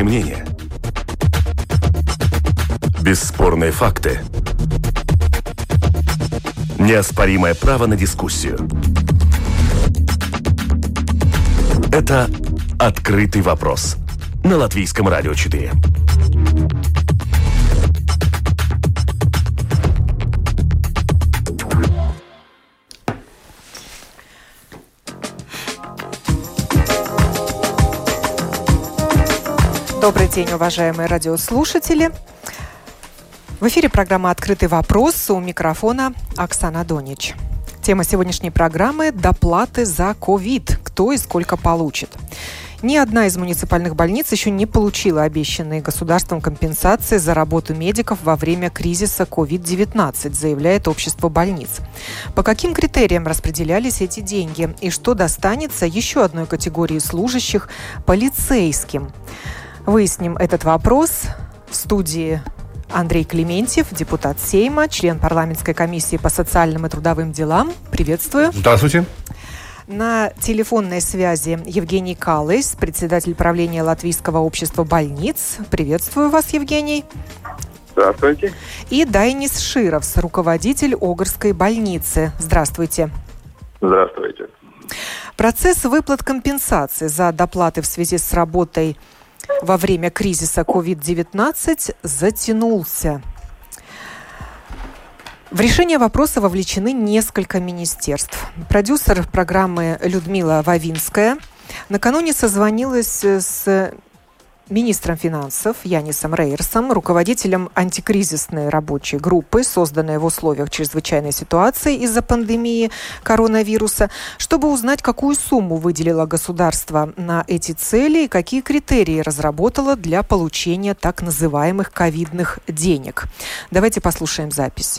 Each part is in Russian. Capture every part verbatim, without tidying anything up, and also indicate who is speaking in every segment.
Speaker 1: Экспертное мнение. Бесспорные факты. Неоспоримое право на дискуссию. Это «Открытый вопрос» на Латвийском радио четыре.
Speaker 2: Добрый день, уважаемые радиослушатели. В эфире программа «Открытый вопрос», у микрофона Оксана Донич. Тема сегодняшней программы – доплаты за ковид. Кто и сколько получит. Ни одна из муниципальных больниц еще не получила обещанные государством компенсации за работу медиков во время кризиса ковид девятнадцать, заявляет общество больниц. По каким критериям распределялись эти деньги и что достанется еще одной категории служащих – полицейским? Выясним этот вопрос в студии Андрей Клементьев, депутат Сейма, член парламентской комиссии по социальным и трудовым делам. Приветствую.
Speaker 3: Здравствуйте.
Speaker 2: На телефонной связи Евгений Каллес, председатель правления Латвийского общества больниц. Приветствую вас, Евгений.
Speaker 4: Здравствуйте.
Speaker 2: И Дайнис Шировс, руководитель Огрской больницы. Здравствуйте.
Speaker 4: Здравствуйте.
Speaker 2: Процесс выплат компенсации за доплаты в связи с работой во время кризиса ковид девятнадцать затянулся. В решение вопроса вовлечены несколько министерств. Продюсер программы Людмила Вавинская накануне созвонилась с министром финансов Янисом Рейерсом, руководителем антикризисной рабочей группы, созданной в условиях чрезвычайной ситуации из-за пандемии коронавируса, чтобы узнать, какую сумму выделило государство на эти цели и какие критерии разработало для получения так называемых ковидных денег. Давайте послушаем запись.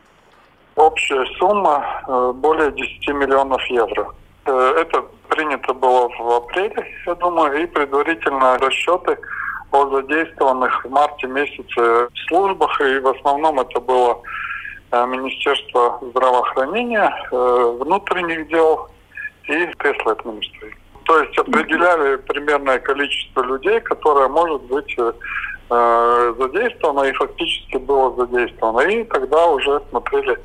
Speaker 4: Общая сумма более десять миллионов евро. Это принято было в апреле, я думаю, и предварительно расчеты о задействованных в марте месяце службах, и в основном это было Министерство здравоохранения, внутренних дел и Tesla администрации. То есть определяли примерное количество людей, которое может быть задействовано и фактически было задействовано. И тогда уже смотрели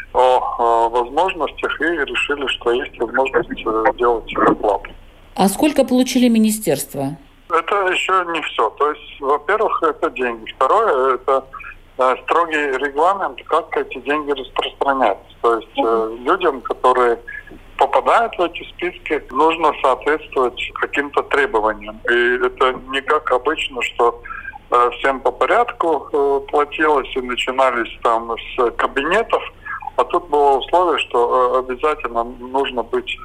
Speaker 4: о возможностях и решили, что есть возможность делать оплату.
Speaker 5: А сколько получили министерства?
Speaker 4: Это еще не все. То есть, во-первых, это деньги. Второе, это строгий регламент, как эти деньги распространяются. То есть mm-hmm. людям, которые попадают в эти списки, нужно соответствовать каким-то требованиям. И это не как обычно, что всем по порядку платилось и начинались там с кабинетов. А тут было условие, что обязательно нужно быть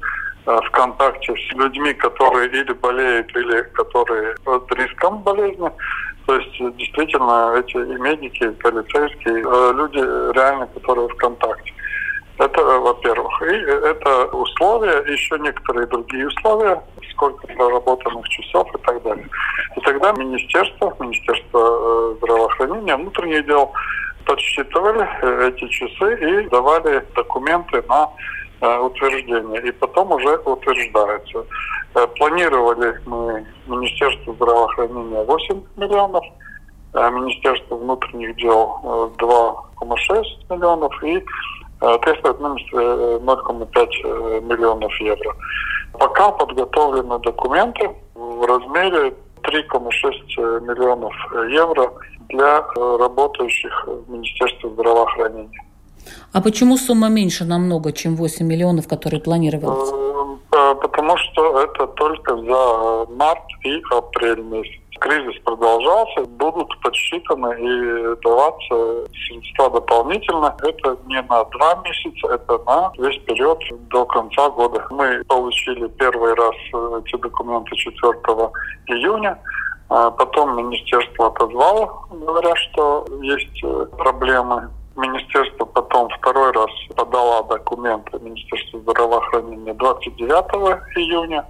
Speaker 4: в контакте с людьми, которые или болеют, или которые под риском болезни. То есть действительно эти и медики, и полицейские, люди реально, которые в контакте. Это, во-первых. И это условия, еще некоторые другие условия, сколько проработанных часов и так далее. И тогда министерство, Министерство здравоохранения, внутренних дел подсчитывали эти часы и давали документы на э, утверждение. И потом уже утверждаются. Э, планировали мы Министерство здравоохранения восемь миллионов, э, Министерство внутренних дел э, два целых шесть миллионов и э, Tesla администрации ноль целых пять миллионов евро. Пока подготовлены документы в размере три целых шесть миллионов евро для работающих в Министерстве здравоохранения.
Speaker 5: А почему сумма меньше намного, чем восемь миллионов, которые планировались?
Speaker 4: Потому что это только за март и апрель месяц. Кризис продолжался, будут подсчитаны и даваться средства дополнительно. Это не на два месяца, это на весь период до конца года. Мы получили первый раз эти документы четвёртого июня. Потом министерство отозвало, говоря, что есть проблемы. Министерство потом второй раз подало документы Министерству здравоохранения двадцать девятого июня,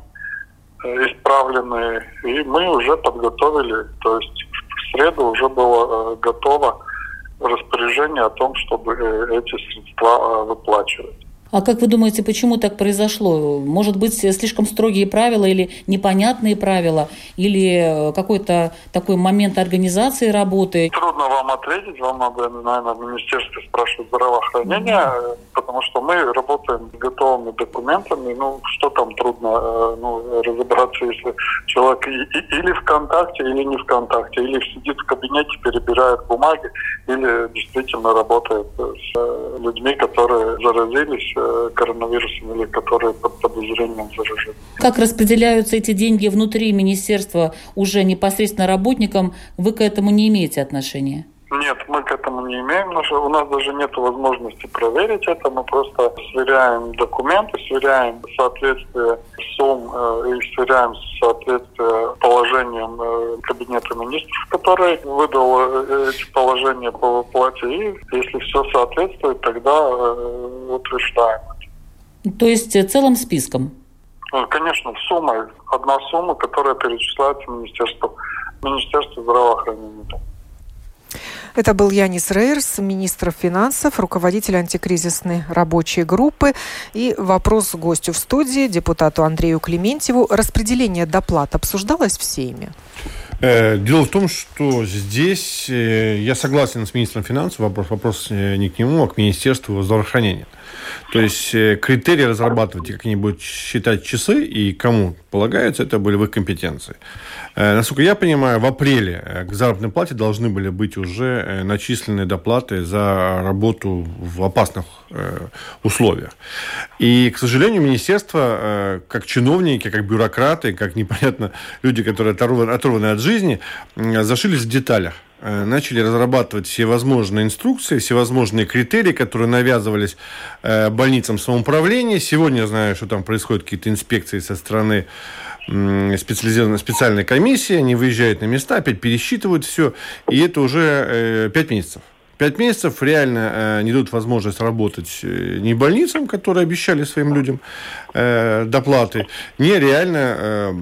Speaker 4: исправленные, и мы уже подготовили, то есть в среду уже было готово распоряжение о том, чтобы эти средства выплачивать.
Speaker 5: А как вы думаете, почему так произошло? Может быть, слишком строгие правила или непонятные правила, или какой-то такой момент организации работы?
Speaker 4: Трудно вам ответить, вам надо, наверное, в министерстве спрашивать здравоохранения, mm-hmm. потому что мы работаем с готовыми документами, ну, что там трудно ну, разобраться, если человек и, и, или ВКонтакте, или не ВКонтакте, или сидит в кабинете, перебирает бумаги, или действительно работает с людьми, которые заразились коронавирусом или которые под подозрением заражены.
Speaker 5: Как распределяются эти деньги внутри министерства уже непосредственно работникам? Вы к этому не имеете отношения?
Speaker 4: Нет, мы к этому не имеем. У нас даже нет возможности проверить это. Мы просто сверяем документы, сверяем соответствие сумм э, и сверяем соответствие положениям э, Кабинета министров, который выдал э, эти положения по выплате. И если все соответствует, тогда э, утверждаем это.
Speaker 5: То есть целым списком?
Speaker 4: Конечно, сумма. Одна сумма, которая перечисляется Министерству, Министерству здравоохранения.
Speaker 2: Это был Янис Рейерс, министр финансов, руководитель антикризисной рабочей группы. И вопрос гостю в студии, депутату Андрею Клементьеву. Распределение доплат обсуждалось в Сейме?
Speaker 3: Дело в том, что здесь я согласен с министром финансов, вопрос, вопрос не к нему, а к Министерству здравоохранения. То есть критерии разрабатывать, как они будут считать часы и кому полагаются, это были в их компетенции. Насколько я понимаю, в апреле к заработной плате должны были быть уже начислены доплаты за работу в опасных условиях. И, к сожалению, министерство, как чиновники, как бюрократы, как непонятно люди, которые оторваны от жизни, зашились в деталях. Начали разрабатывать всевозможные инструкции, всевозможные критерии, которые навязывались больницам самоуправления. Сегодня я знаю, что там происходят какие-то инспекции со стороны специализированной специальной комиссии. Они выезжают на места, опять пересчитывают все. И это уже пять месяцев. Пять месяцев реально не дают возможность работать ни больницам, которые обещали своим людям доплаты, ни реально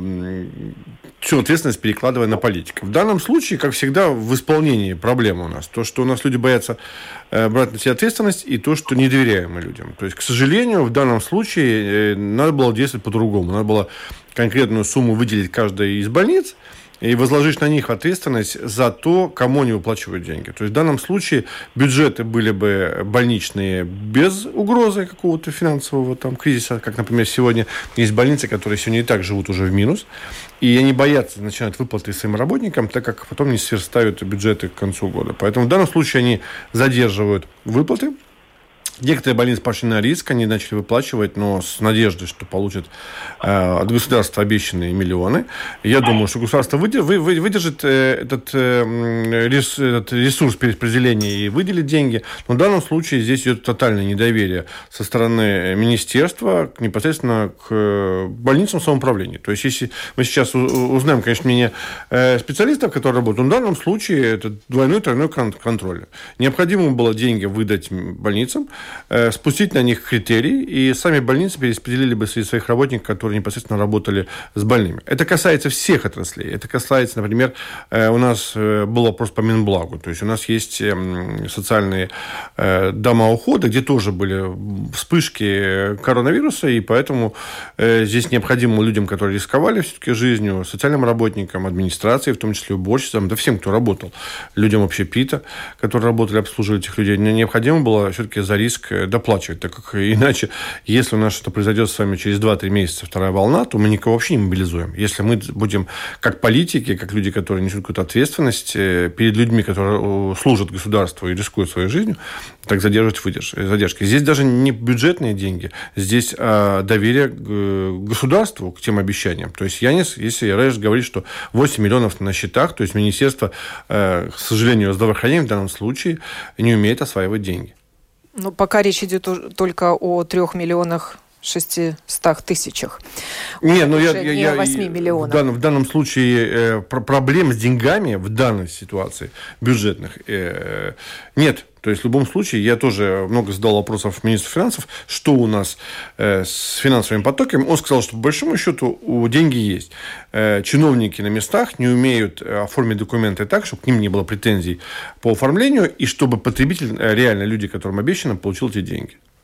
Speaker 3: всю ответственность перекладывая на политиков. В данном случае, как всегда, в исполнении проблема у нас. То, что у нас люди боятся брать на себя ответственность, и то, что не доверяем мы людям. То есть, к сожалению, в данном случае надо было действовать по-другому. Надо было конкретную сумму выделить каждой из больниц и возложить на них ответственность за то, кому они выплачивают деньги. То есть в данном случае бюджеты были бы больничные без угрозы какого-то финансового там, кризиса, как, например, сегодня есть больницы, которые сегодня и так живут уже в минус, и они боятся начинать выплаты своим работникам, так как потом не сверстают бюджеты к концу года. Поэтому в данном случае они задерживают выплаты. Некоторые больницы пошли на риск, они начали выплачивать, но с надеждой, что получат э, от государства обещанные миллионы. Я думаю, что государство выдержит, вы, вы, выдержит э, этот, э, рес, этот ресурс перераспределения и выделит деньги. Но в данном случае здесь идет тотальное недоверие со стороны министерства непосредственно к больницам самоуправления. То есть, если мы сейчас узнаем, конечно, мнение э, специалистов, которые работают, но в данном случае это двойной, тройной контроль. Необходимо было деньги выдать больницам, спустить на них критерии, и сами больницы перераспределили бы среди своих работников, которые непосредственно работали с больными. Это касается всех отраслей. Это касается, например, у нас был вопрос по Минблагу. То есть у нас есть социальные дома ухода, где тоже были вспышки коронавируса, и поэтому здесь необходимо людям, которые рисковали все-таки жизнью, социальным работникам, администрации, в том числе уборщицам, да всем, кто работал, людям общепита, которые работали, обслуживали этих людей, необходимо было все-таки за риск доплачивать, так как иначе, если у нас что-то произойдет с вами через два-три месяца, вторая волна, то мы никого вообще не мобилизуем. Если мы будем, как политики, как люди, которые несут какую-то ответственность перед людьми, которые служат государству и рискуют своей жизнью, так задерживать задержки. Здесь даже не бюджетные деньги, здесь а, доверие к государству, к тем обещаниям. То есть Янис, если Рейерс говорит, что восемь миллионов на счетах, то есть министерство, к сожалению, здравоохранения в данном случае не умеет осваивать деньги.
Speaker 2: Ну, пока речь идет только о трех миллионах шестистах тысячах.
Speaker 3: Не, ну я,
Speaker 2: не
Speaker 3: я,
Speaker 2: восьми миллионов.
Speaker 3: В данном, в данном случае э, проблем с деньгами в данной ситуации бюджетных э, нет. То есть, в любом случае, я тоже много задал вопросов министру финансов, что у нас э, с финансовыми потоками. Он сказал, что, по большому счету, у деньги есть. Э, чиновники на местах не умеют оформить документы так, чтобы к ним не было претензий по оформлению, и чтобы потребитель, реально люди, которым обещано, получил эти деньги.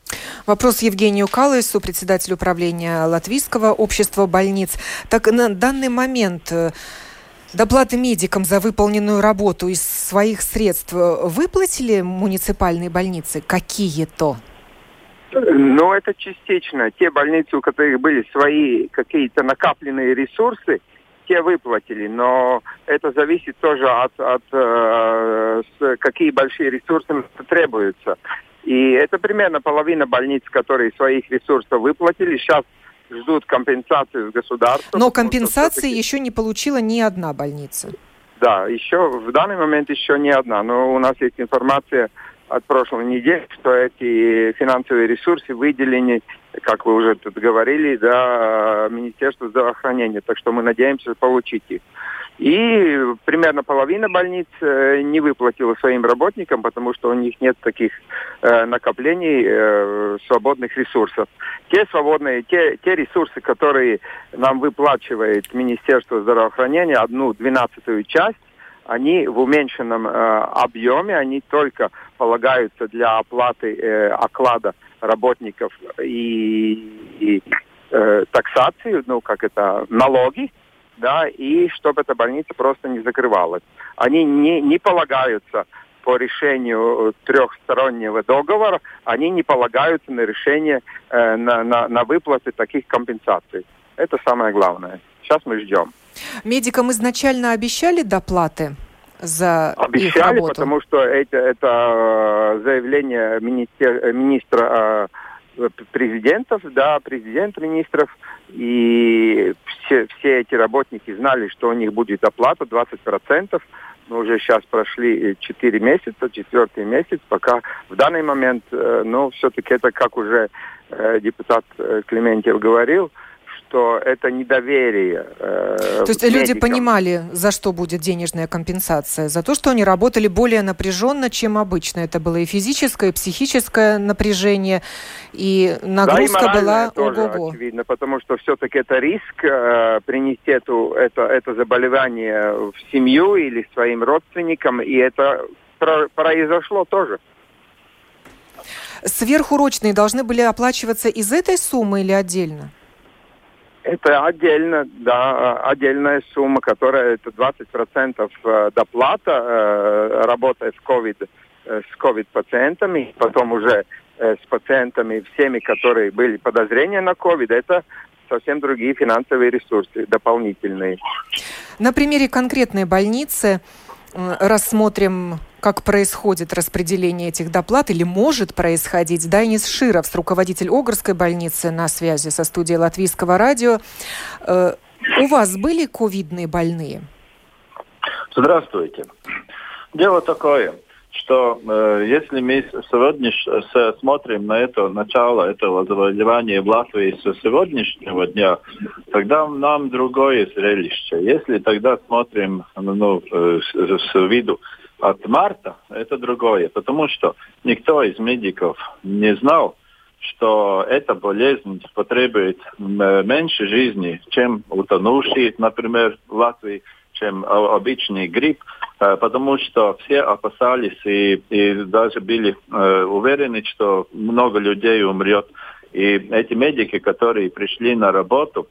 Speaker 2: Вопрос Евгению Калайсу, председателю управления Латвийского общества больниц. Так, на данный момент доплаты медикам за выполненную работу из своих средств выплатили муниципальные больницы? Какие-то?
Speaker 6: Ну, это частично. Те больницы, у которых были свои какие-то накопленные ресурсы, те выплатили. Но это зависит тоже от, от э, с, какие большие ресурсы требуются. И это примерно половина больниц, которые своих ресурсов выплатили. Сейчас ждут компенсацию с государства.
Speaker 2: Но компенсации еще не получила ни одна больница.
Speaker 6: Да, еще в данный момент еще не одна. Но у нас есть информация от прошлой недели, что эти финансовые ресурсы выделены, как вы уже тут говорили, до Министерства здравоохранения. Так что мы надеемся получить их. И примерно половина больниц не выплатила своим работникам, потому что у них нет таких э, накоплений э, свободных ресурсов. Те свободные, те, те ресурсы, которые нам выплачивает Министерство здравоохранения, одну двенадцатую часть, они в уменьшенном э, объеме, они только полагаются для оплаты э, оклада работников и, и э, таксацию, ну как это, налоги, да, и чтобы эта больница просто не закрывалась. Они не, не полагаются по решению трехстороннего договора, они не полагаются на решение, э, на, на, на выплаты таких компенсаций. Это самое главное. Сейчас мы ждем.
Speaker 2: Медикам изначально обещали доплаты за
Speaker 6: обещали,
Speaker 2: их работу?
Speaker 6: Потому что это, это заявление министер, министра президентов, да, президент министров, и все, все эти работники знали, что у них будет доплата двадцать процентов. Мы уже сейчас прошли четыре месяца, четвертый месяц, пока в данный момент, ну, все-таки это, как уже депутат Клементьев говорил, что это недоверие. Э,
Speaker 2: то есть
Speaker 6: медикам.
Speaker 2: Люди понимали, за что будет денежная компенсация? За то, что они работали более напряженно, чем обычно. Это было и физическое, и психическое напряжение, и нагрузка
Speaker 6: да, и
Speaker 2: была
Speaker 6: тоже,
Speaker 2: ого-го.
Speaker 6: очевидно, потому что все-таки это риск э, принести эту, это, это заболевание в семью или своим родственникам, и это про- произошло тоже.
Speaker 2: Сверхурочные должны были оплачиваться из этой суммы или отдельно?
Speaker 6: Это отдельно, да, отдельная сумма, которая это двадцать процентов доплата, работая с ковид, с ковид-пациентами, потом уже с пациентами всеми, которые были подозрения на ковид, это совсем другие финансовые ресурсы, дополнительные.
Speaker 2: На примере конкретной больницы рассмотрим, как происходит распределение этих доплат или может происходить. Дайнис Шировс, руководитель Огрской больницы, на связи со студией Латвийского радио. Э, у вас были ковидные больные?
Speaker 7: Здравствуйте. Дело такое, что э, если мы сегодня смотрим на это начало этого заболевания в Латвии с сегодняшнего дня, тогда нам другое зрелище. Если тогда смотрим ну, э, с, с виду от марта, это другое, потому что никто из медиков не знал, что эта болезнь потребует меньше жизни, чем утонувшие, например, в Латвии, чем обычный грипп, потому что все опасались и, и даже были э, уверены, что много людей умрет. И эти медики, которые пришли на работу,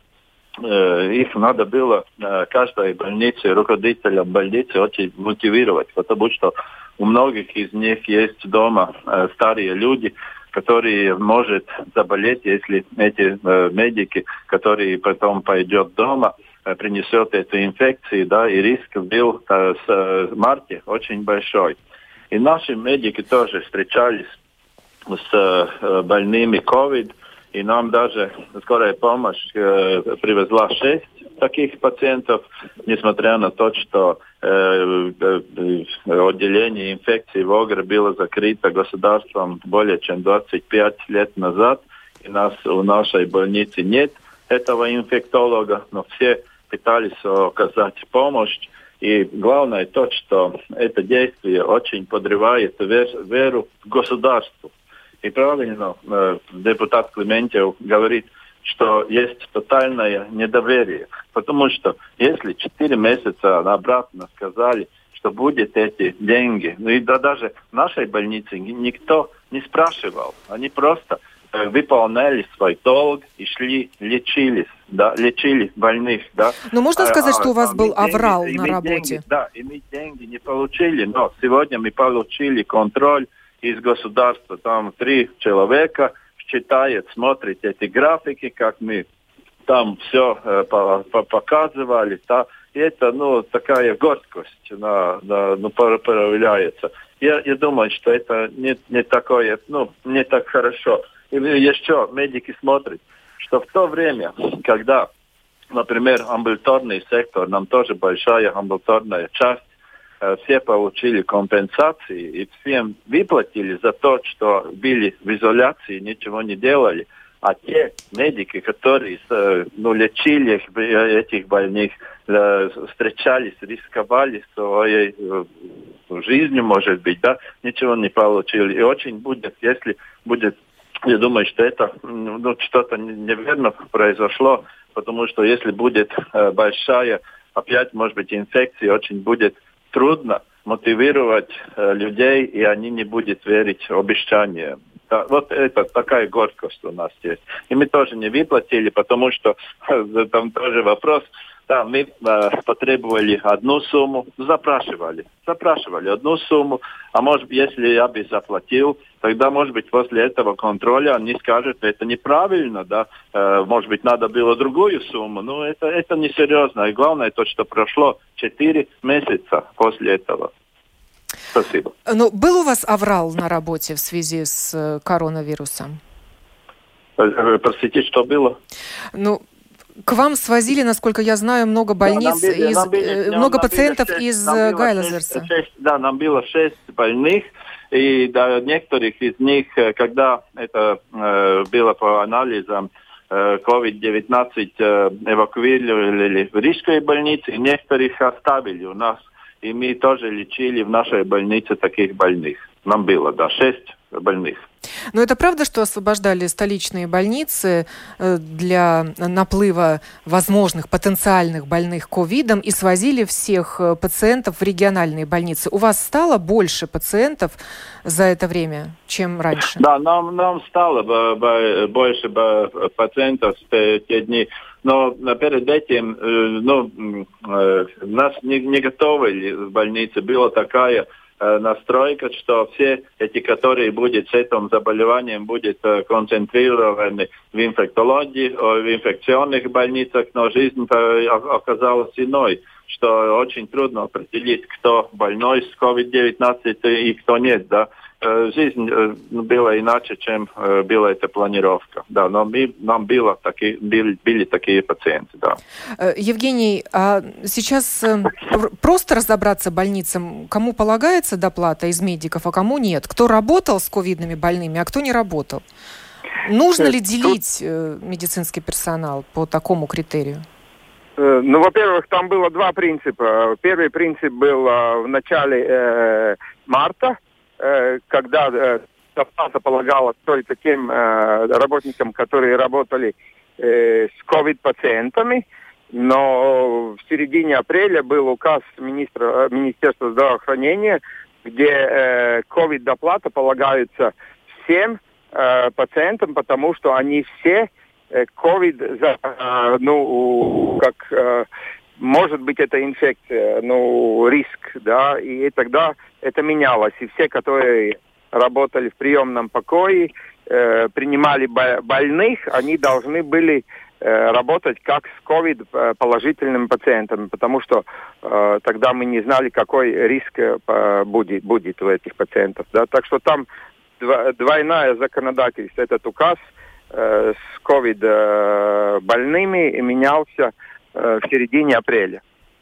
Speaker 7: э, их надо было э, каждой больнице, руководителям больницы очень мотивировать, потому что у многих из них есть дома э, старые люди, которые может заболеть, если эти э, медики, которые потом пойдет дома, принесет эту инфекцию, да, и риск был э, с э, марта очень большой. И наши медики тоже встречались с э, больными ковид, и нам даже скорая помощь э, привезла шесть таких пациентов, несмотря на то, что э, э, отделение инфекции в Огре было закрыто государством более чем двадцать пять лет назад, и нас, у нашей больницы нет этого инфектолога, но все пытались оказать помощь. И главное то, что это действие очень подрывает вер, веру в государство. И правильно э, депутат Клементьев говорит, что есть тотальное недоверие. Потому что если четыре месяца обратно сказали, что будут эти деньги, ну и да, даже в нашей больнице никто не спрашивал. Они просто выполняли свой долг и шли, лечились, да, лечили больных, да.
Speaker 2: Но можно сказать, а, что у вас
Speaker 7: а
Speaker 2: был аврал
Speaker 7: деньги,
Speaker 2: на работе?
Speaker 7: Деньги, да, и мы деньги не получили, но сегодня мы получили контроль из государства. Там три человека считают, смотрят эти графики, как мы там все э, по, по, показывали, да. И это, ну, такая гордость на, на, ну, проявляется. Я, я думаю, что это не, не такое, ну, не так хорошо. И еще медики смотрят, что в то время, когда, например, амбулаторный сектор, нам тоже большая амбулаторная часть, э, все получили компенсации и всем выплатили за то, что были в изоляции, ничего не делали. А те медики, которые ну, лечили этих больных, встречались, рисковали своей жизнью, может быть, да, ничего не получили. И очень будет, если будет, я думаю, что это ну, что-то неверно произошло, потому что если будет большая, опять, может быть, инфекция, очень будет трудно мотивировать людей, и они не будут верить обещаниям. Да, вот это такая гордость у нас есть. И мы тоже не выплатили, потому что там тоже вопрос. Да, мы э, потребовали одну сумму, запрашивали, запрашивали одну сумму, а может быть, если я бы заплатил, тогда, может быть, после этого контроля они скажут, что это неправильно, да, э, может быть, надо было другую сумму, но это, это несерьезно. И главное то, что прошло четыре месяца после этого. Спасибо.
Speaker 2: Но был у вас аврал на работе в связи с коронавирусом?
Speaker 7: Простите, что было?
Speaker 2: Ну, к вам свозили, насколько я знаю, много больниц, да, били, из, били, много пациентов шесть, из Гайлазерса.
Speaker 7: Да, нам было шесть больных, и да, некоторых из них, когда это э, было по анализам, ковид девятнадцать э, эвакуировали в Рижской больнице, и некоторых оставили у нас. И мы тоже лечили в нашей больнице таких больных. Нам было, да, шесть больных.
Speaker 2: Но это правда, что освобождали столичные больницы для наплыва возможных потенциальных больных ковидом и свозили всех пациентов в региональные больницы? У вас стало больше пациентов за это время, чем раньше?
Speaker 7: Да, нам, нам стало больше пациентов в те дни. Но перед этим ну, нас не, не готовили в больнице. Была такая настройка, что все эти, которые будут с этим заболеванием, будут концентрированы в инфектологии, в инфекционных больницах, но жизнь оказалась иной, что очень трудно определить, кто больной с ковид девятнадцать и кто нет, да. Жизнь была иначе, чем была эта планировка. Да, но мы, нам было такие, были, были такие пациенты, да.
Speaker 2: Евгений, а сейчас просто разобраться больницам, кому полагается доплата из медиков, а кому нет? Кто работал с ковидными больными, а кто не работал? Нужно ли делить медицинский персонал по такому критерию?
Speaker 6: Ну, во-первых, там было два принципа. Первый принцип был в начале э, марта, когда э, доплата полагалась только тем э, работникам, которые работали э, с ковид-пациентами, но в середине апреля был указ министра, Министерства здравоохранения, где ковид-доплата полагается всем э, пациентам, потому что они все ковид, э, э, ну, как... Э, может быть, это инфекция, ну, риск, да, и тогда это менялось. И все, которые работали в приемном покое, э, принимали больных, они должны были э, работать как с ковид-положительными пациентами, потому что э, тогда мы не знали, какой риск э, будет, будет у этих пациентов, да. Так что там двойное законодательство, этот указ э, с ковид-больными менялся в середине апреля.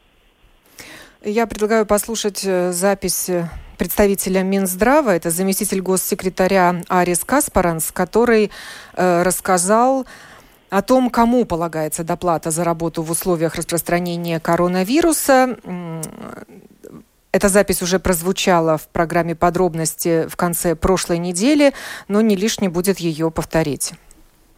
Speaker 2: Я предлагаю послушать запись представителя Минздрава. Это заместитель госсекретаря Арис Каспаранс, который э, рассказал о том, кому полагается доплата за работу в условиях распространения коронавируса. Эта запись уже прозвучала в программе «Подробности» в конце прошлой недели, но не лишне будет ее повторить.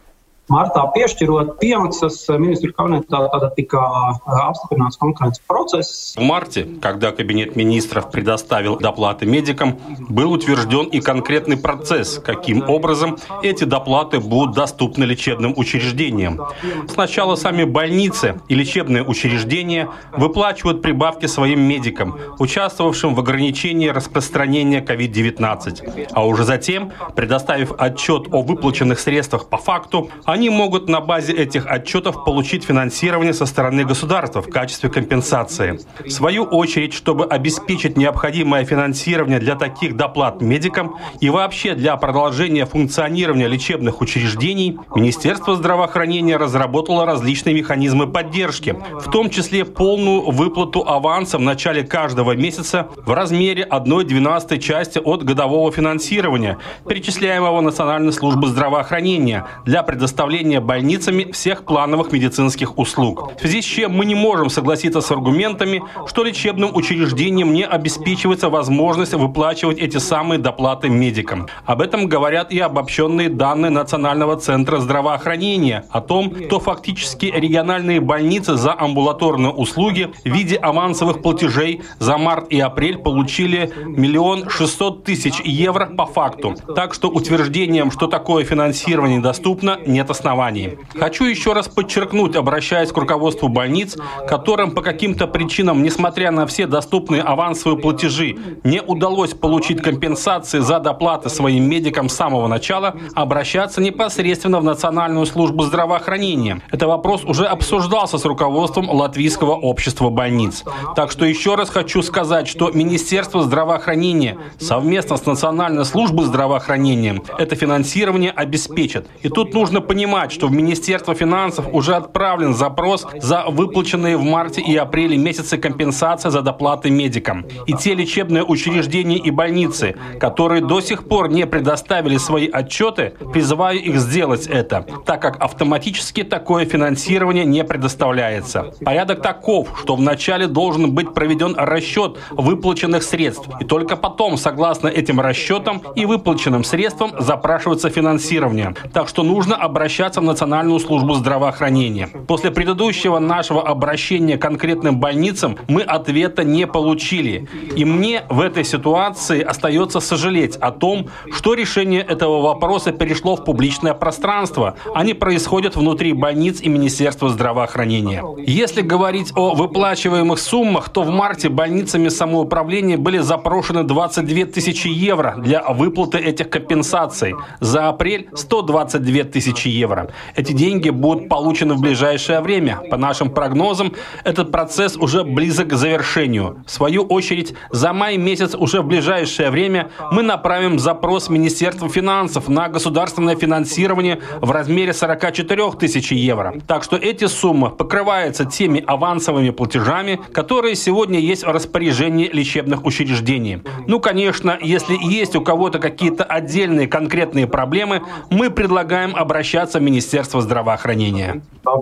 Speaker 8: Martā piešķirot piemaksas, ministru kabinetā tātad tika apstiprināts konkrēts процесс.
Speaker 9: В марте, когда Кабинет министров предоставил доплаты медикам, был утвержден и конкретный процесс, каким образом эти доплаты будут доступны лечебным учреждениям. Сначала сами больницы и лечебные учреждения выплачивают прибавки своим медикам, участвовавшим в ограничении распространения ковид девятнадцать. А уже затем, предоставив отчет о выплаченных средствах по факту, они могут на базе этих отчетов получить финансирование со стороны государства в качестве компенсации. В свою очередь, чтобы обеспечить необходимое финансирование для таких доплат медикам и вообще для продолжения функционирования лечебных учреждений, Министерство здравоохранения разработало различные механизмы поддержки, в том числе полную выплату аванса в начале каждого месяца в размере одной двенадцатой части от годового финансирования, перечисляемого Национальной службой здравоохранения для предоставления больницами всех плановых медицинских услуг. В связи с чем мы не можем согласиться с аргументами, что лечебным учреждениям не обеспечивается возможность выплачивать эти самые доплаты медикам. Об этом говорят и обобщенные данные Национального центра здравоохранения о том, что фактически региональные больницы за амбулаторные услуги в виде авансовых платежей за март и апрель получили миллион шестьсот тысяч евро по факту. Так что утверждением, что такое финансирование недоступно, нет оснований. Хочу еще раз подчеркнуть, обращаясь к руководству больниц, которым по каким-то причинам, несмотря на все доступные авансовые платежи, не удалось получить компенсации за доплаты своим медикам с самого начала, обращаться непосредственно в Национальную службу здравоохранения. Этот вопрос уже обсуждался с руководством Латвийского общества больниц. Так что еще раз хочу сказать, что Министерство здравоохранения совместно с Национальной службой здравоохранения это финансирование обеспечит. И тут нужно понимать, что в Министерство финансов уже отправлен запрос за выплаченные в марте и апреле месяцы компенсации за доплаты медикам. И те лечебные учреждения и больницы, которые до сих пор не предоставили свои отчеты, призываю их сделать это, так как автоматически такое финансирование не предоставляется. Порядок таков, что вначале должен быть проведен расчет выплаченных средств, и только потом, согласно этим расчетам и выплаченным средствам, запрашивается финансирование. Так что нужно обращаться в Национальную службу здравоохранения. После предыдущего нашего обращения к конкретным больницам мы ответа не получили. И мне в этой ситуации остается сожалеть о том, что решение этого вопроса перешло в публичное пространство, а не происходит внутри больниц и Министерства здравоохранения. Если говорить о выплачиваемых суммах, то в марте больницами самоуправления были запрошены двадцать две тысячи евро для выплаты этих компенсаций. За апрель сто двадцать две тысячи евро. Эти деньги будут получены в ближайшее время. По нашим прогнозам, этот процесс уже близок к завершению. В свою очередь, за май месяц уже в ближайшее время мы направим запрос Министерству финансов на государственное финансирование в размере сорок четыре тысячи евро. Так что эти суммы покрываются теми авансовыми платежами, которые сегодня есть в распоряжении лечебных учреждений. Ну, конечно, если есть у кого-то какие-то отдельные конкретные проблемы, мы предлагаем обращаться в Министерство здравоохранения.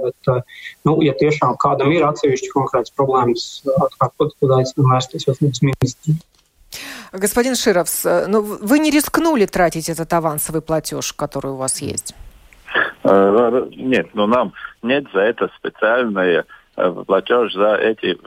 Speaker 8: Ну, ja tiešām kādam ir atsevišķi konkrētas problēmas, atkārtot, tad aicinām vērsties uz ministru.
Speaker 2: Господин Шировс, ну, вы не рискнули тратить этот авансовый платеж, который у вас есть?
Speaker 7: Нет, ну нам нет за это специальное платеж за эти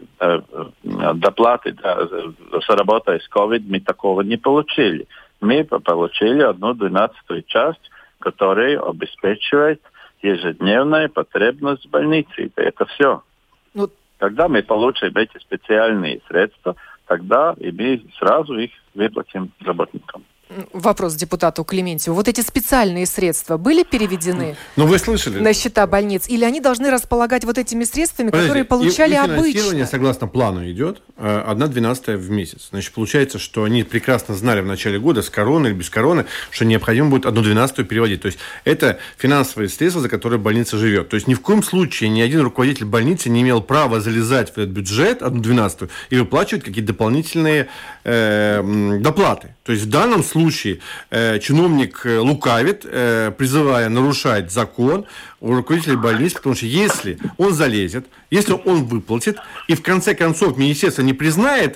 Speaker 7: доплаты с работой с ковид, мы такого не получили. Мы получили одну двенадцатую часть, которая обеспечивает ежедневная потребность больницы. Это все. Ну... Когда мы получим эти специальные средства, тогда и мы сразу их выплатим работникам.
Speaker 2: Вопрос депутату Клементьеву. Вот эти специальные средства были переведены
Speaker 3: ну, вы слышали?
Speaker 2: на счета больниц? Или они должны располагать вот этими средствами,
Speaker 3: Подождите,
Speaker 2: которые получали
Speaker 3: и, и
Speaker 2: обычно?
Speaker 3: финансирование, согласно плану, идет одна двенадцатая в месяц. Значит, получается, что они прекрасно знали в начале года, с короны или без короны, что необходимо будет одну двенадцатую переводить. То есть это финансовые средства, за которые больница живет. То есть ни в коем случае ни один руководитель больницы не имел права залезать в этот бюджет, одну двенадцатую, и выплачивать какие-то дополнительные э, доплаты. То есть в данном случае случае э, чиновник лукавит, э, призывая нарушать закон у руководителей больниц, потому что если он залезет, если он выплатит, и в конце концов министерство не признает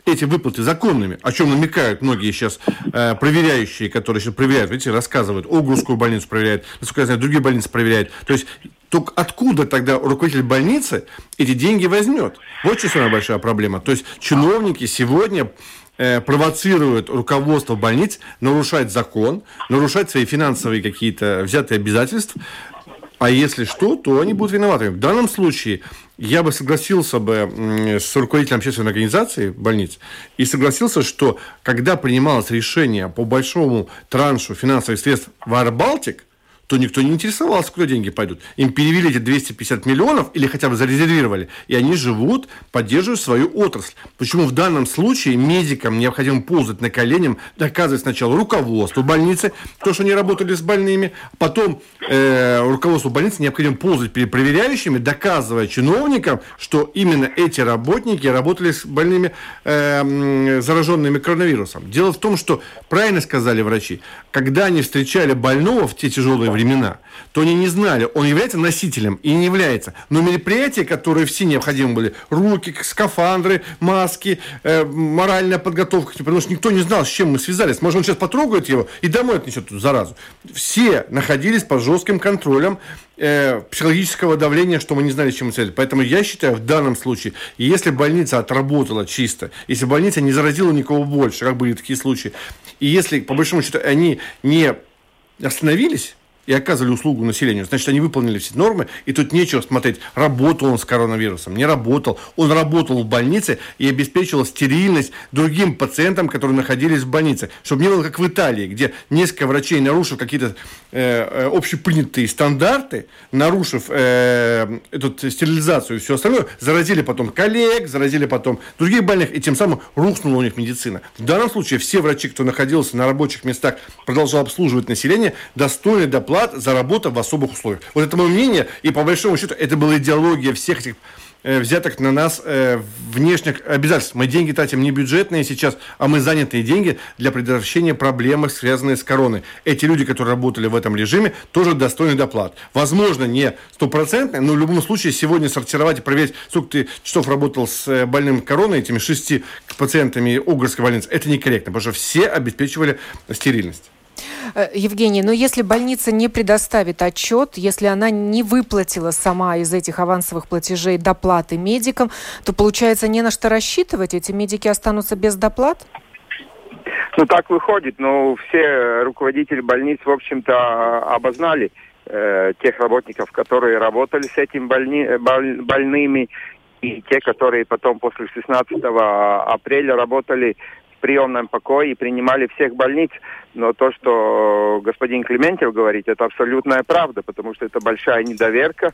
Speaker 3: эти выплаты законными, о чем намекают многие сейчас э, проверяющие, которые сейчас проверяют, видите, рассказывают, Огурскую больницу проверяют, насколько я знаю, другие больницы проверяют. То есть, только откуда тогда руководитель больницы эти деньги возьмет? Вот что самая большая проблема. То есть, чиновники сегодня э, провоцируют руководство больниц нарушать закон, нарушать свои финансовые какие-то взятые обязательства, а если что, то они будут виноваты. В данном случае я бы согласился бы с руководителем общественной организации больниц и согласился, что когда принималось решение по большому траншу финансовых средств в Air Baltic, то никто не интересовался, куда деньги пойдут. Им перевели эти двести пятьдесят миллионов или хотя бы зарезервировали, и они живут, поддерживают свою отрасль. Почему в данном случае медикам необходимо ползать на коленях, доказывать сначала руководству больницы, то, что они работали с больными, потом э, руководству больницы необходимо ползать перед проверяющими, доказывая чиновникам, что именно эти работники работали с больными, э, зараженными коронавирусом. Дело в том, что, правильно сказали врачи, когда они встречали больного в те тяжелые времена, то они не знали, он является носителем и не является. Но мероприятия, которые все необходимы были, руки, скафандры, маски, э, моральная подготовка, потому что никто не знал, с чем мы связались. Может, он сейчас потрогает его и домой отнесет эту заразу. Все находились под жестким контролем э, психологического давления, что мы не знали, с чем мы связались. Поэтому я считаю, в данном случае, если больница отработала чисто, если больница не заразила никого больше, как были такие случаи, и если, по большому счету, они не остановились и оказывали услугу населению, значит, они выполнили все нормы, и тут нечего смотреть, работал он с коронавирусом, не работал. Он работал в больнице и обеспечивал стерильность другим пациентам, которые находились в больнице. Чтобы не было, как в Италии, где несколько врачей, нарушив какие-то э, общепринятые стандарты, нарушив э, эту стерилизацию и все остальное, заразили потом коллег, заразили потом других больных, и тем самым рухнула у них медицина. В данном случае все врачи, кто находился на рабочих местах, продолжал обслуживать население, достойны доплаты за работу в особых условиях. Вот это мое мнение, и по большому счету это была идеология всех этих э, взятых на нас э, внешних обязательств. Мы деньги тратим не бюджетные сейчас, а мы занятые деньги для предотвращения проблем, связанных с короной. Эти люди, которые работали в этом режиме, тоже достойны доплат. Возможно, не стопроцентно, но в любом случае сегодня сортировать и проверить, сколько ты часов работал с больным короной, этими шести пациентами Огурской больницы, это некорректно, потому что все обеспечивали стерильность.
Speaker 2: Евгений, но если больница не предоставит отчет, если она не выплатила сама из этих авансовых платежей доплаты медикам, то, получается, не на что рассчитывать? Эти медики останутся без доплат?
Speaker 6: Ну, так выходит. Но все руководители больниц, в общем-то, обознали э, тех работников, которые работали с этими больни, боль, больными, и те, которые потом после шестнадцатого апреля работали в приемном покое и принимали всех больниц. Но то, что господин Клементьев говорит, это абсолютная правда, потому что это большая недоверка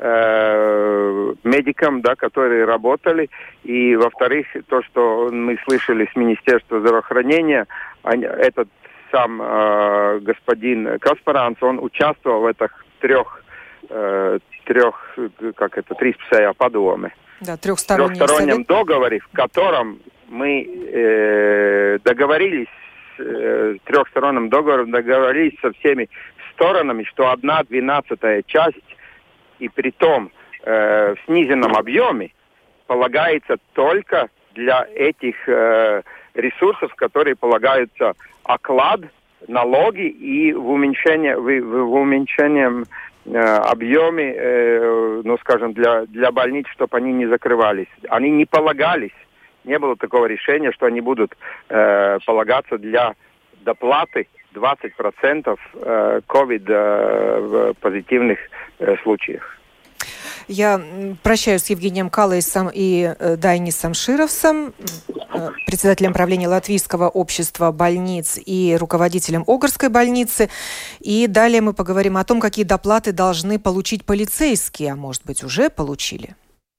Speaker 6: э, медикам, да, которые работали. И, во-вторых, то, что мы слышали с Министерства здравоохранения, они, этот сам э, господин Каспаранц, он участвовал в этих трех, э, трех как это, трипсея подоме.
Speaker 2: Да, трехстороннем,
Speaker 6: трехстороннем договоре, в котором мы э, договорились, э, трехсторонним договором договорились со всеми сторонами, что одна двенадцатая часть, и при том э, в сниженном объеме, полагается только для этих э, ресурсов, которые полагаются оклад, налоги и в уменьшение, в, в уменьшении э, объеме, э, ну скажем, для, для больниц, чтобы они не закрывались. Они не полагались. Не было такого решения, что они будут э, полагаться для доплаты двадцать процентов э, ковид э, в позитивных э, случаях.
Speaker 2: Я прощаюсь с Евгением Калайсом и э, Дайнисом Шировсом, э, председателем правления Латвийского общества больниц и руководителем Огурской больницы. И далее мы поговорим о том, какие доплаты должны получить полицейские, а может быть уже получили.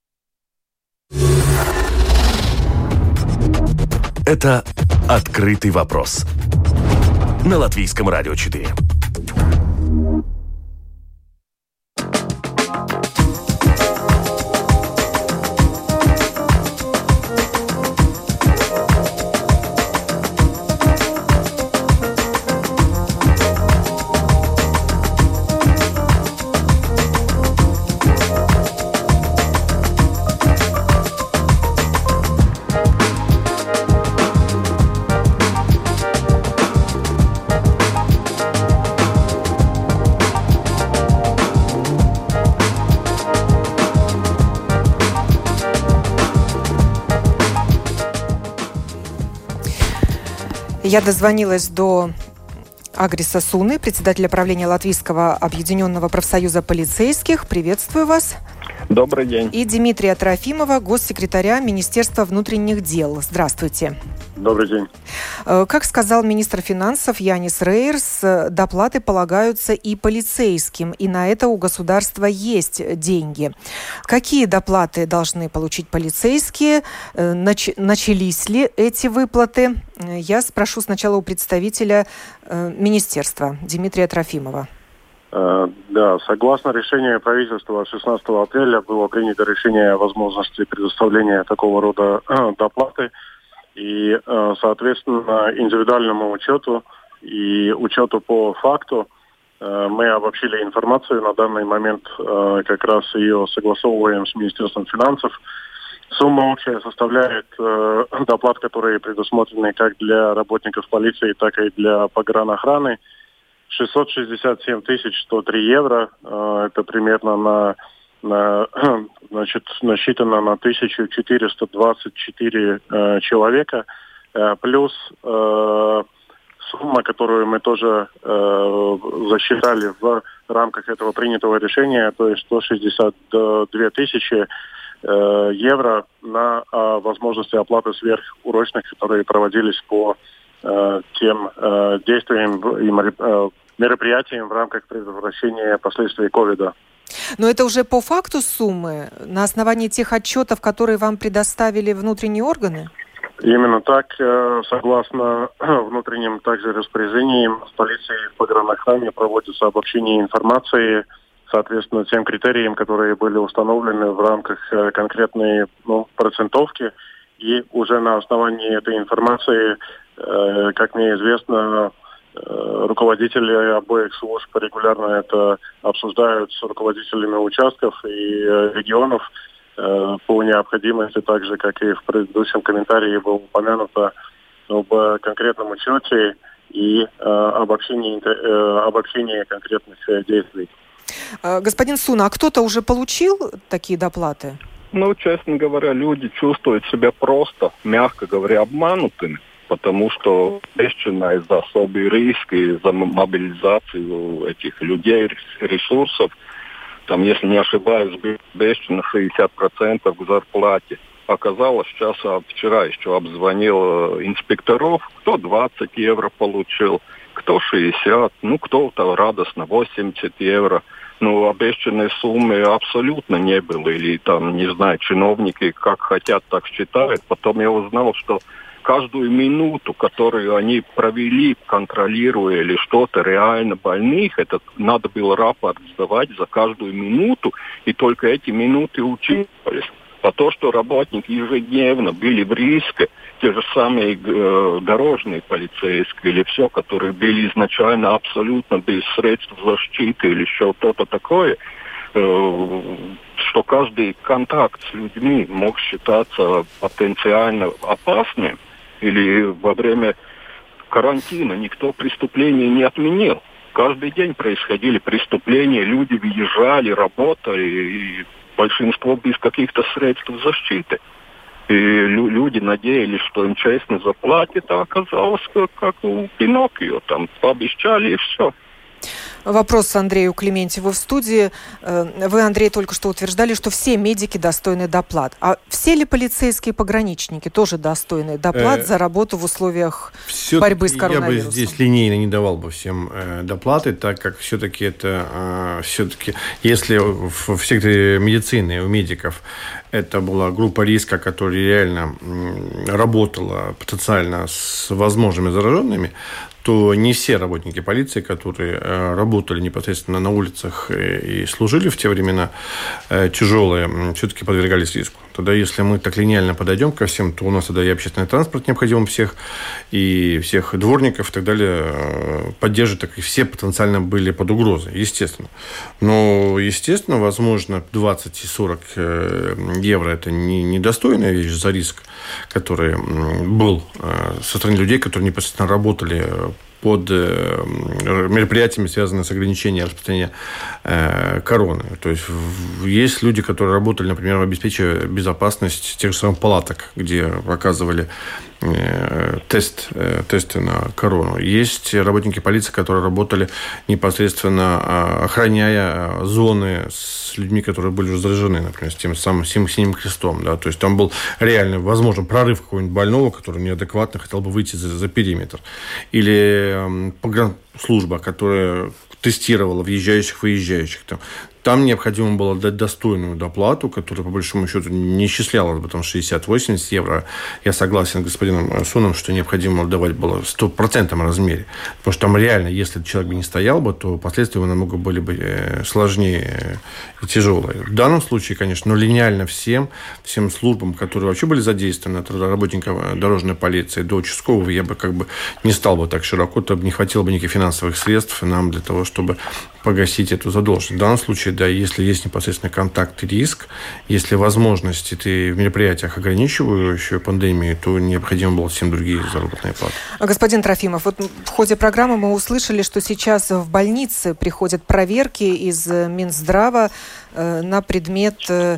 Speaker 1: Это «Открытый вопрос» на Латвийском радио четыре.
Speaker 2: Я дозвонилась до Агриса Суны, председателя правления Латвийского объединенного профсоюза полицейских. Приветствую вас.
Speaker 10: Добрый день.
Speaker 2: И Дмитрия Трофимова, госсекретаря Министерства внутренних дел. Здравствуйте.
Speaker 10: Добрый день.
Speaker 2: Как сказал министр финансов Янис Рейерс, доплаты полагаются и полицейским, и на это у государства есть деньги. Какие доплаты должны получить полицейские? Нач- начались ли эти выплаты? Я спрошу сначала у представителя министерства Дмитрия Трофимова.
Speaker 10: Да, согласно решению правительства шестнадцатого апреля было принято решение о возможности предоставления такого рода доплаты. И, соответственно, индивидуальному учету и учету по факту мы обобщили информацию. На данный момент как раз ее согласовываем с Министерством финансов. Сумма общая составляет доплат, которые предусмотрены как для работников полиции, так и для погранохраны. шестьсот шестьдесят семь тысяч сто три евро. Это примерно на, на значит, насчитано на тысяча четыреста двадцать четыре э, человека. Э, плюс э, сумма, которую мы тоже э, засчитали в рамках этого принятого решения, то есть сто шестьдесят две тысячи э, евро на э, возможности оплаты сверхурочных, которые проводились по э, тем э, действиям и э, мероприятиям в рамках предотвращения последствий ковида.
Speaker 2: Но это уже по факту суммы, на основании тех отчетов, которые вам предоставили внутренние органы?
Speaker 10: Именно так, согласно внутренним также распоряжениям, в полиции в погранохране проводится обобщение информации, соответственно, тем критериям, которые были установлены в рамках конкретной ну, процентовки. И уже на основании этой информации, как мне известно, руководители обоих служб регулярно это обсуждают с руководителями участков и регионов по необходимости, так же, как и в предыдущем комментарии было упомянуто, об конкретном учете и обобщении, обобщении конкретных действий.
Speaker 2: Господин Суна, а кто-то уже получил такие доплаты?
Speaker 11: Ну, честно говоря, люди чувствуют себя просто, мягко говоря, обманутыми. Потому что обещано из-за особый риск, из-за мобилизацию этих людей, ресурсов, там, если не ошибаюсь, обещано шестьдесят процентов к зарплате. Оказалось, сейчас, вчера еще обзвонил инспекторов, кто двадцать евро получил, кто шестьдесят, ну, кто-то радостно восемьдесят евро. Ну, обещанной суммы абсолютно не было. Или там, не знаю, чиновники как хотят, так считают. Потом я узнал, что каждую минуту, которую они провели, контролируя или что-то реально больных, это надо было рапорт сдавать за каждую минуту, и только эти минуты учитывались. А то, что работники ежедневно были в риске, те же самые э, дорожные полицейские или все, которые были изначально абсолютно без средств защиты или еще что-то такое, э, что каждый контакт с людьми мог считаться потенциально опасным, или во время карантина никто преступления не отменил. Каждый день происходили преступления, люди въезжали, работали, и большинство без каких-то средств защиты. И лю- люди надеялись, что им честно заплатят, а оказалось, как, как у Пиноккио, там пообещали и все.
Speaker 2: Вопрос Андрею Клементьеву в студии. Вы, Андрей, только что утверждали, что все медики достойны доплат. А все ли полицейские пограничники тоже достойны доплат э, за работу в условиях борьбы с коронавирусом?
Speaker 3: Я бы здесь линейно не давал бы всем э, доплаты, так как все-таки это э, все-таки, если в, в секторе медицины у медиков это была группа риска, которая реально м, работала потенциально с возможными зараженными, то не все работники полиции, которые э, работали непосредственно на улицах и, и служили в те времена э, тяжелые, все-таки подвергались риску. Тогда, если мы так линейно подойдем ко всем, то у нас тогда и общественный транспорт необходим всех, и всех дворников и так далее э, поддерживать, так и все потенциально были под угрозой, естественно. Но, естественно, возможно, двадцать и сорок евро – это не, недостойная вещь за риск, который был э, со стороны людей, которые непосредственно работали под э, мероприятиями, связанными с ограничением распространения э, короны. То есть в, есть люди, которые работали, например, обеспечивая безопасность тех же самых палаток, где оказывали э, тест, э, тесты на корону. Есть работники полиции, которые работали непосредственно э, охраняя зоны с людьми, которые были уже заражены, например, с тем самым синим крестом. Да? То есть там был реально, возможно, прорыв какого-нибудь больного, который неадекватно хотел бы выйти за, за периметр. Или э, погранслужба, которая тестировала въезжающих, выезжающих. Там, там необходимо было дать достойную доплату, которая, по большому счету, не исчислялась бы там шестьдесят-восемьдесят евро. Я согласен с господином Суном, что необходимо давать было в стопроцентном размере. Потому что там реально, если человек бы не стоял бы, то последствия намного были бы сложнее и тяжелые. В данном случае, конечно, но линейно всем, всем службам, которые вообще были задействованы, от работников дорожной полиции до участкового, я бы как бы не стал бы так широко, то не хватило бы никаких финансовых средств нам для того, чтобы погасить эту задолженность. В данном случае, да, если есть непосредственный контакт и риск, если возможности ты в мероприятиях ограничивающие пандемию, то необходимо было всем другие заработные платы.
Speaker 2: Господин Трофимов, вот в ходе программы мы услышали, что сейчас в больнице приходят проверки из Минздрава э, на предмет э,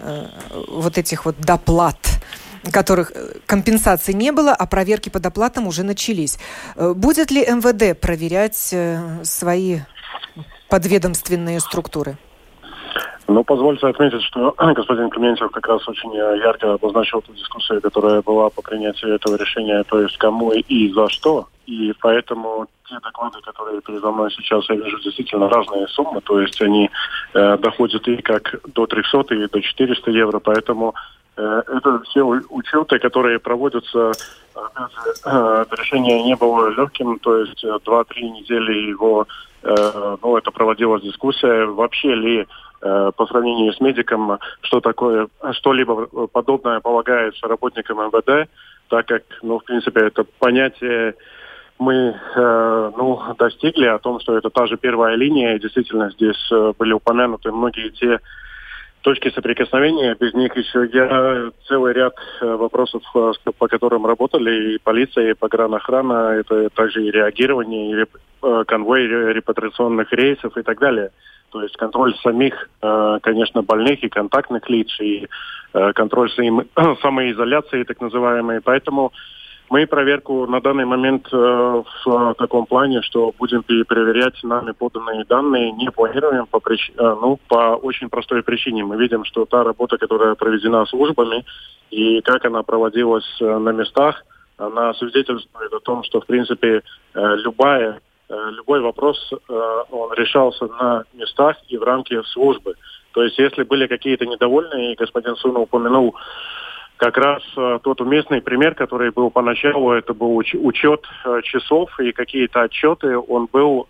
Speaker 2: вот этих вот доплат, которых компенсации не было, а проверки по доплатам уже начались. Будет ли эм вэ дэ проверять свои подведомственные структуры?
Speaker 10: Ну, позвольте отметить, что господин Клементьев как раз очень ярко обозначил ту дискуссию, которая была по принятию этого решения, то есть кому и за что. И поэтому те доклады, которые передо мной сейчас, я вижу действительно разные суммы, то есть они э, доходят и как до трехсот, и до четырёхсот евро, поэтому э, это все учеты, которые проводятся, опять же, э, это решение не было легким, то есть два-три недели его, э, ну, это проводилась дискуссия, вообще ли по сравнению с медиком, что такое, что-либо подобное полагается работникам эм вэ дэ, так как, ну, в принципе, это понятие мы, э, ну, достигли о том, что это та же первая линия, и действительно здесь э, были упомянуты многие те точки соприкосновения, без них еще я целый ряд э, вопросов, э, по которым работали и полиция, и погранохрана, это также и реагирование, и реп, э, конвой репатриационных рейсов и так далее. То есть контроль самих, э, конечно, больных и контактных лиц, и э, контроль самоизоляции, так называемой. Поэтому мы проверку на данный момент э, в таком плане, что будем перепроверять нами поданные данные, не планируем по, прич... э, ну, по очень простой причине. Мы видим, что та работа, которая проведена службами, и как она проводилась э, на местах, она свидетельствует о том, что, в принципе, э, любая Любой вопрос, он решался на местах и в рамках службы. То есть, если были какие-то недовольные, и господин Суна упомянул как раз тот уместный пример, который был поначалу, это был уч- учет часов и какие-то отчеты, он был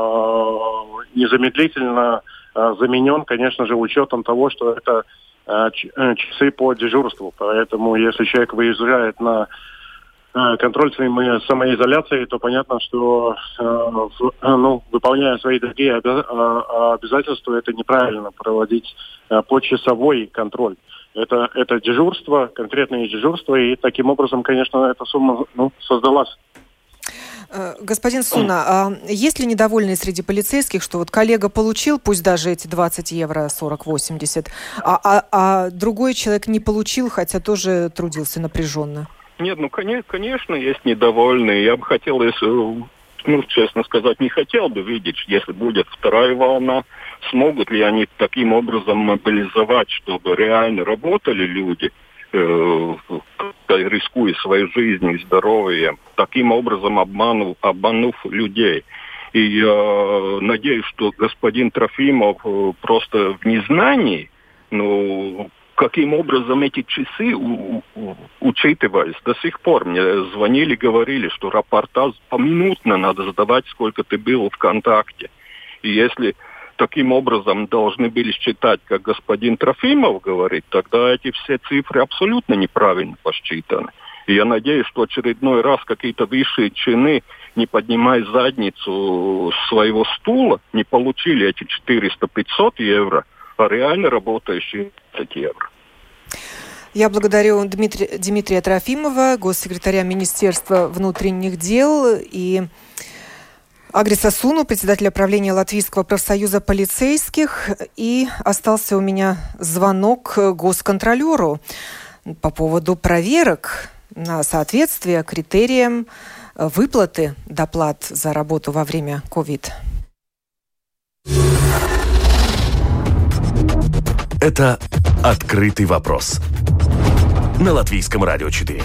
Speaker 10: э, незамедлительно э, заменен, конечно же, учетом того, что это э, часы по дежурству. Поэтому, если человек выезжает на контроль самоизоляции, то понятно, что ну, выполняя свои другие обязательства, это неправильно проводить почасовой контроль. Это, это дежурство, конкретные дежурства, и таким образом, конечно, эта сумма ну, создалась.
Speaker 2: Господин Суна, а есть ли недовольные среди полицейских, что вот коллега получил, пусть даже эти двадцать евро, сорок-восемьдесят, а, а, а другой человек не получил, хотя тоже трудился напряженно?
Speaker 11: Нет, ну, конечно, есть недовольные. Я бы хотел, если, ну, честно сказать, не хотел бы видеть, если будет вторая волна, смогут ли они таким образом мобилизовать, чтобы реально работали люди, э, рискуя своей жизнью и здоровьем, таким образом обманув, обманув людей. И я э, надеюсь, что господин Трофимов э, просто в незнании, ну, каким образом эти часы у, у, учитывались. До сих пор мне звонили, говорили, что рапорта поминутно надо сдавать, сколько ты был в контакте. И если таким образом должны были считать, как господин Трофимов говорит, тогда эти все цифры абсолютно неправильно посчитаны. И я надеюсь, что очередной раз какие-то высшие чины, не поднимая задницу своего стула, не получили эти четыреста-пятьсот евро, а реально работающие пятьдесят евро.
Speaker 2: Я благодарю Дмитрия, Дмитрия Трофимова, госсекретаря Министерства внутренних дел, и Агриса Суну, председателя правления Латвийского профсоюза полицейских. И остался у меня звонок госконтролеру по поводу проверок на соответствие критериям выплаты доплат за работу во время ковид.
Speaker 1: Это «Открытый вопрос» на Латвийском радио четыре.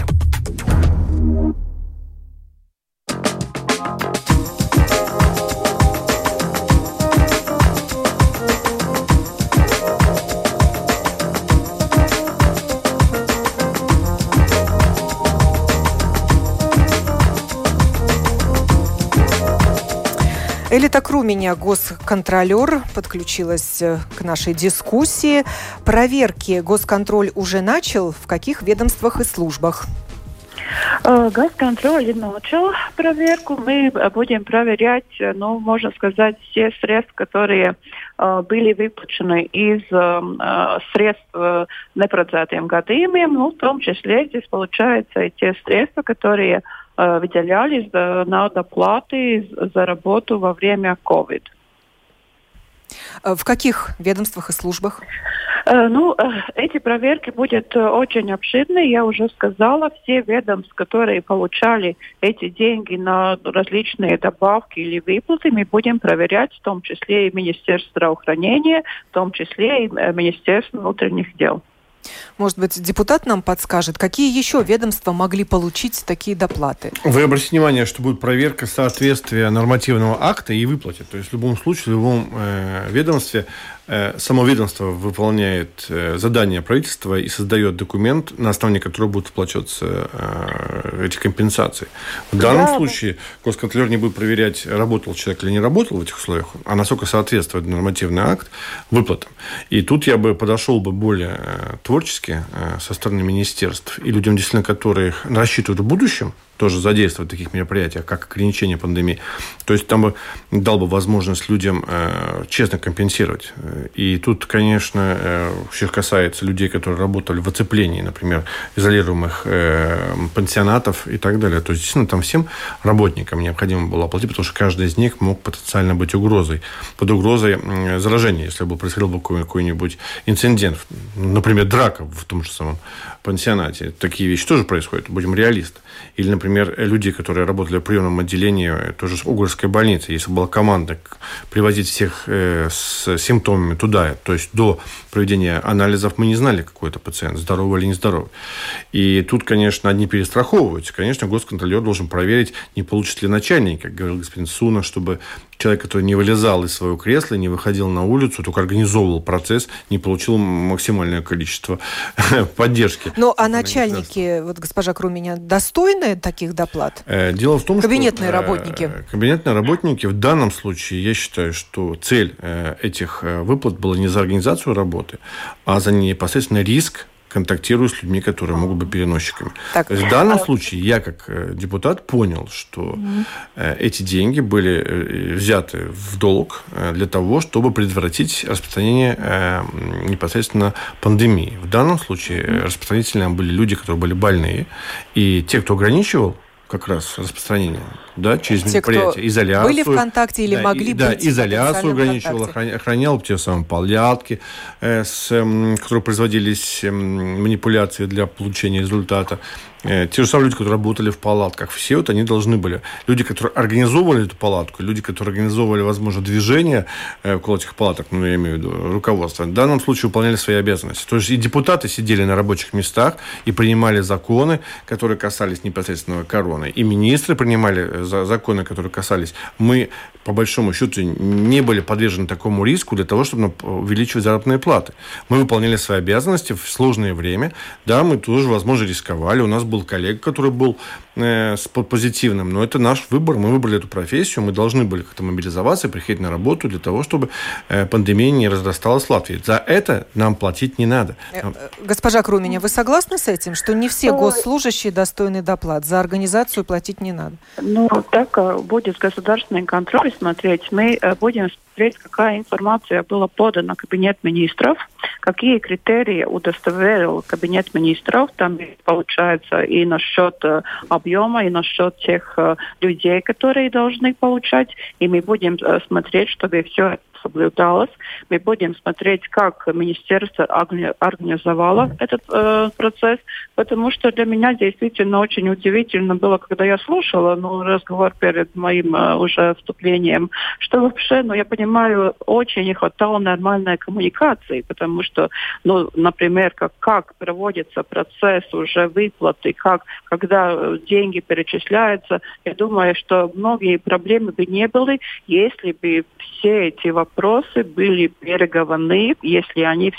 Speaker 2: Элита Круменя, госконтролер, подключилась к нашей дискуссии. Проверки госконтроль уже начал? В каких ведомствах и службах?
Speaker 12: Госконтроль начал проверку. Мы будем проверять, ну, можно сказать, все средства, которые э, были выплачены из э, средств э, непроцентным гадījumiem. Ну, в том числе здесь получается и те средства, которые э, выделялись э, на доплаты за работу во время ковид.
Speaker 2: В каких ведомствах и службах?
Speaker 12: Ну, эти проверки будут очень обширные. Я уже сказала, все ведомства, которые получали эти деньги на различные добавки или выплаты, мы будем проверять, в том числе и Министерство здравоохранения, в том числе и Министерство внутренних дел.
Speaker 2: Может быть, депутат нам подскажет, какие еще ведомства могли получить такие доплаты?
Speaker 3: Вы обратите внимание, что будет проверка соответствия нормативного акта и выплате. То есть в любом случае, в любом э, ведомстве э, само ведомство выполняет э, задание правительства и создает документ, на основании которого будут выплачиваться э, эти компенсации. В данном да. случае госконтролер не будет проверять, работал человек или не работал в этих условиях, а насколько соответствует нормативный акт выплатам. И тут я бы подошел бы более э, творчески со стороны министерств и людям, действительно, которые рассчитывают в будущем тоже задействовать в таких мероприятиях, как ограничение пандемии. То есть там бы дал бы возможность людям э, честно компенсировать. И тут, конечно, э, все касается людей, которые работали в оцеплении, например, изолируемых э, пансионатов и так далее. То есть, действительно, там всем работникам необходимо было оплатить, потому что каждый из них мог потенциально быть угрозой. Под угрозой э, заражения, если бы происходил бы какой-нибудь инцидент, например, драка в том же самом пансионате. Такие вещи тоже происходят, будем реалисты. Или, например, люди, которые работали в приемном отделении тоже с Угорской больницы, если была команда привозить всех э, с симптомами туда, то есть до проведения анализов мы не знали, какой это пациент, здоровый или нездоровый. И тут, конечно, одни перестраховываются. Конечно, госконтролер должен проверить, не получит ли начальник, как говорил господин Суна, чтобы человек, который не вылезал из своего кресла, не выходил на улицу, только организовывал процесс, не получил максимальное количество поддержки.
Speaker 2: Ну, а начальники, вот госпожа Круменя, достойны таких доплат?
Speaker 3: Дело в том,
Speaker 2: кабинетные
Speaker 3: что
Speaker 2: работники.
Speaker 3: Кабинетные работники в данном случае, я считаю, что цель этих выплат была не за организацию работы, а за непосредственно риск, контактирую с людьми, которые могут быть переносчиками. Так. В данном случае я, как депутат, понял, что mm-hmm. эти деньги были взяты в долг для того, чтобы предотвратить распространение непосредственно пандемии. В данном случае mm-hmm. распространителями были люди, которые были больные, и те, кто ограничивал как раз распространение, да, через
Speaker 2: те,
Speaker 3: мероприятия, изоляцию.
Speaker 2: Были в контакте или
Speaker 3: да,
Speaker 2: могли
Speaker 3: и,
Speaker 2: быть
Speaker 3: да, изоляцию ограничивал,
Speaker 2: контакте.
Speaker 3: охранял те самые палатки, э, с, э, которые производились э, манипуляции для получения результата. Э, те же самые люди, которые работали в палатках, все вот они должны были. Люди, которые организовывали эту палатку, люди, которые организовывали, возможно, движение э, около этих палаток, ну, я имею в виду руководство, в данном случае выполняли свои обязанности. То есть и депутаты сидели на рабочих местах и принимали законы, которые касались непосредственно короны. И министры принимали законы, которые касались. Мы, по большому счету, не были подвержены такому риску для того, чтобы увеличивать заработные платы. Мы выполняли свои обязанности в сложное время. Да, мы тоже, возможно, рисковали. У нас был коллега, который был э, с позитивным, но это наш выбор. Мы выбрали эту профессию. Мы должны были как-то мобилизоваться, приходить на работу для того, чтобы э, пандемия не разрасталась в Латвии. За это нам платить не надо.
Speaker 2: Госпожа Круменя, вы согласны с этим, что не все госслужащие достойны доплат? За организацию платить не надо?
Speaker 12: Ну, так будет государственный контроль смотреть. Мы будем смотреть, какая информация была подана Кабинет министров, какие критерии удостоверил Кабинет министров, там получается и насчет э, объема, и насчет тех э, людей, которые должны получать, и мы будем э, смотреть, чтобы все соблюдалось. Мы будем смотреть, как министерство организовало этот э, процесс, потому что для меня действительно очень удивительно было, когда я слушала ну, разговор перед моим э, уже вступлением, что вообще, ну, я понимаю, очень не хватало нормальной коммуникации, потому что, ну, например, как, как проводится процесс уже выплаты, как, когда деньги перечисляются, я думаю, что многие проблемы бы не были, если бы все эти вопросы Вопросы были переговорны, если они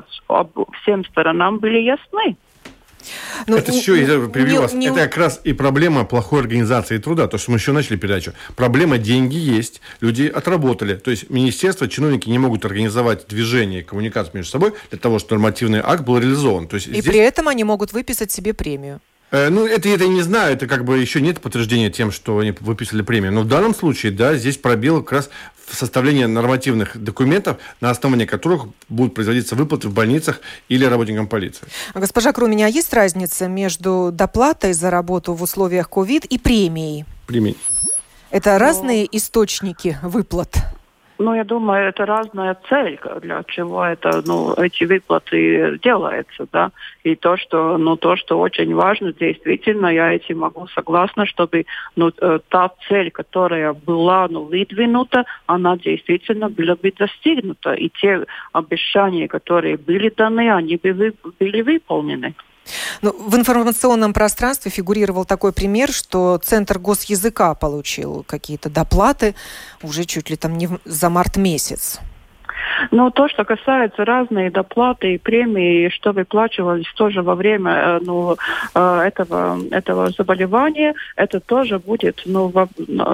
Speaker 12: всем сторонам были ясны.
Speaker 3: Ну, это еще, я перебью вас, не, это как раз и проблема плохой организации труда, то, что мы еще начали передачу. Проблема: деньги есть, люди отработали. То есть министерство, чиновники не могут организовать движение, коммуникацию между собой для того, чтобы нормативный акт был реализован. То есть
Speaker 2: и
Speaker 3: здесь...
Speaker 2: при этом они могут выписать себе премию.
Speaker 3: Ну, это, это я не знаю, это как бы еще нет подтверждения тем, что они выписали премию. Но в данном случае, да, здесь пробел как раз в составлении нормативных документов, на основании которых будут производиться выплаты в больницах или работникам полиции.
Speaker 2: Госпожа Крумини, а есть разница между доплатой за работу в условиях ковид и премией?
Speaker 3: Премией.
Speaker 2: Это разные источники выплат?
Speaker 12: Ну, я думаю, это разная цель, для чего это, ну, эти выплаты делаются, да. И то, что, ну, то, что очень важно, действительно, я этим могу согласна, чтобы, ну, та цель, которая была, ну, выдвинута, она действительно была бы достигнута. И те обещания, которые были даны, они бы были выполнены.
Speaker 2: Ну, в информационном пространстве фигурировал такой пример, что Центр госязыка получил какие-то доплаты уже чуть ли там не за март месяц.
Speaker 12: Ну, то, что касается разные доплаты и премии, что выплачивались тоже во время ну, этого, этого заболевания, это тоже будет ну, в,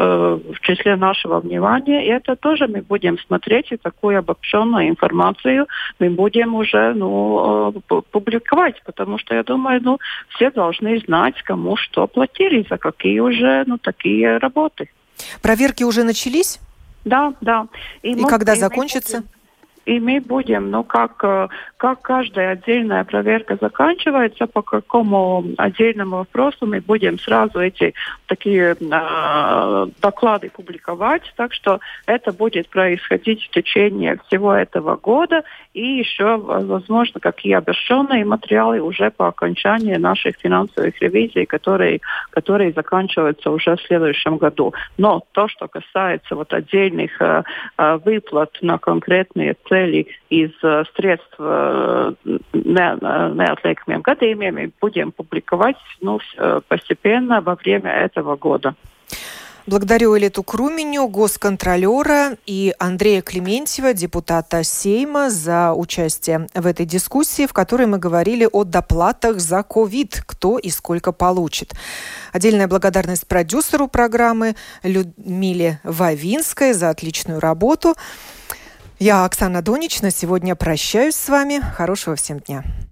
Speaker 12: в числе нашего внимания, и это тоже мы будем смотреть, и такую обобщенную информацию мы будем уже ну, публиковать, потому что, я думаю, ну, все должны знать, кому что платили, за какие уже ну, такие работы.
Speaker 2: Проверки уже начались?
Speaker 12: Да, да.
Speaker 2: И, и когда закончится?
Speaker 12: И мы будем, ну, как, как каждая отдельная проверка заканчивается, по какому отдельному вопросу мы будем сразу эти такие э, доклады публиковать. Так что это будет происходить в течение всего этого года. И еще, возможно, какие обобщенные материалы уже по окончании наших финансовых ревизий, которые, которые заканчиваются уже в следующем году. Но то, что касается вот отдельных э, выплат на конкретные цели из uh, средств uh, неотлiekamiem gadījumiem, мы будем публиковать ну, постепенно во время этого года.
Speaker 2: Благодарю Элету Круминю, госконтролера, и Андрея Клементьева, депутата Сейма, за участие в этой дискуссии, в которой мы говорили о доплатах за ковид, кто и сколько получит. Отдельная благодарность продюсеру программы Людмиле Вавинской за отличную работу. Я, Оксана Донич, на сегодня прощаюсь с вами. Хорошего всем дня.